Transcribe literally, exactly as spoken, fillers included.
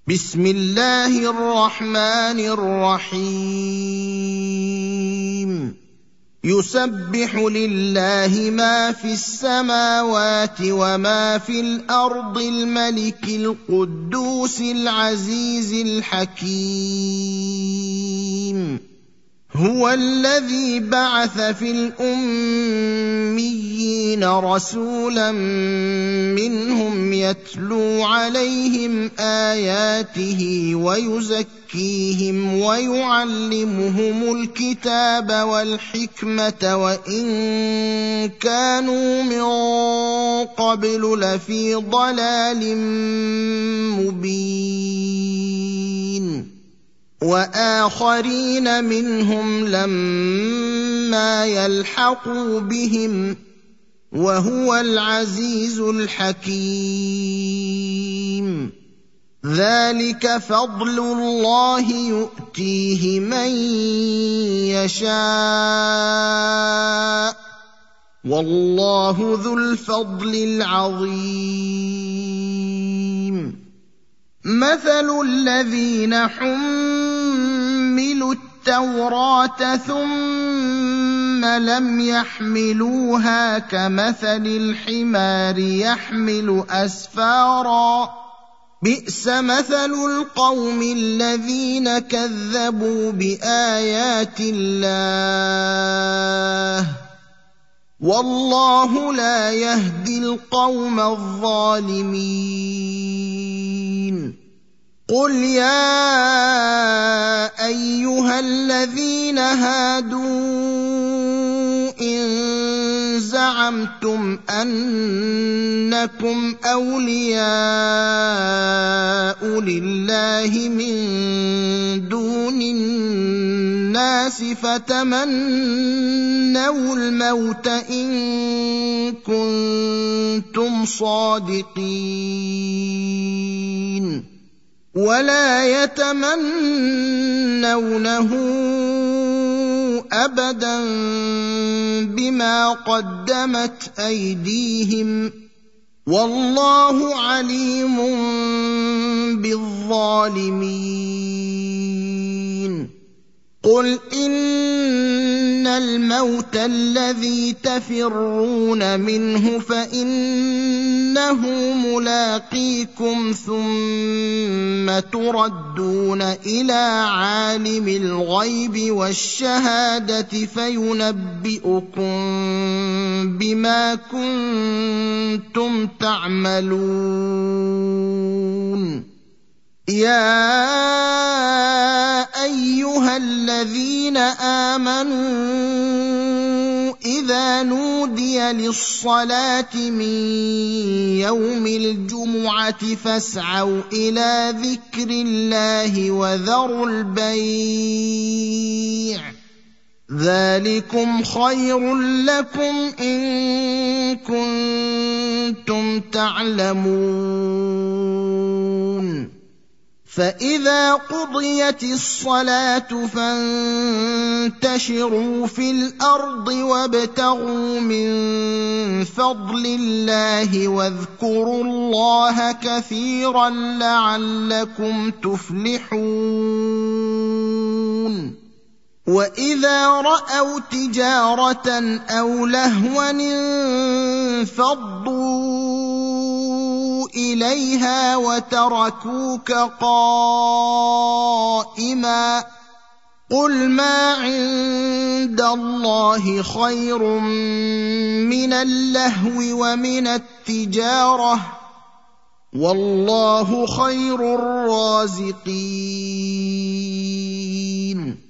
بسم الله الرحمن الرحيم يسبح لله ما في السماوات وما في الأرض الملك القدوس العزيز الحكيم هو الذي بعث في الأميين رسولا منهم يتلو عليهم آياته ويزكيهم ويعلمهم الكتاب والحكمة وإن كانوا من قبل لفي ضلال مبين وآخرين منهم لما يلحقوا بهم وهو العزيز الحكيم ذلك فضل الله يؤتيه من يشاء والله ذو الفضل العظيم مثل الذين حملوا التوراة ثم لم يحملوها كمثل الحمار يحمل أسفارا بئس مثل القوم الذين كذبوا بآيات الله والله لا يهدي القوم الظالمين قل يا أيها الذين هادوا إن زعمتم أنكم أولياء لله من دون الناس فتمنوا الموت إن كنتم صادقين ولا يتمنونه أبدا بما قدمت أيديهم والله عليم بالظالمين قل إن الموت الذي تفرون منه فإنه ملاقيكم ثم تردون إلى عالم الغيب والشهادة فينبئكم بما كنتم تعملون يا أيها الذين آمنوا إذا نودي للصلاة من يوم الجمعة فاسعوا إلى ذكر الله وذروا البيع ذلكم خير لكم إن كنتم تعلمون فإذا قضيت الصلاة فانتشروا في الأرض وابتغوا من فضل الله واذكروا الله كثيرا لعلكم تفلحون وإذا رأوا تجارة أو لهوا انفضوا إليها وتركوك قائما قل ما عند الله خير من اللهو ومن التجارة والله خير الرازقين